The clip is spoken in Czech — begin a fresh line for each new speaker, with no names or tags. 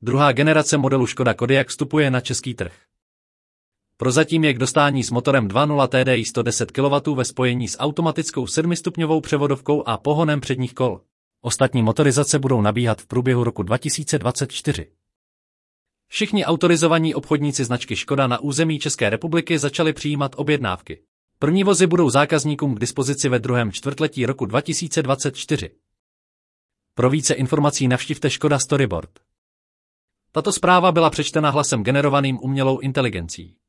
Druhá generace modelu Škoda Kodiaq vstupuje na český trh. Prozatím je k dostání s motorem 2.0 TDI 110 kW ve spojení s automatickou 7stupňovou převodovkou a pohonem předních kol. Ostatní motorizace budou nabíhat v průběhu roku 2024. Všichni autorizovaní obchodníci značky Škoda na území České republiky začali přijímat objednávky. První vozy budou zákazníkům k dispozici ve druhém čtvrtletí roku 2024. Pro více informací navštivte Škoda Storyboard. Tato zpráva byla přečtena hlasem generovaným umělou inteligencí.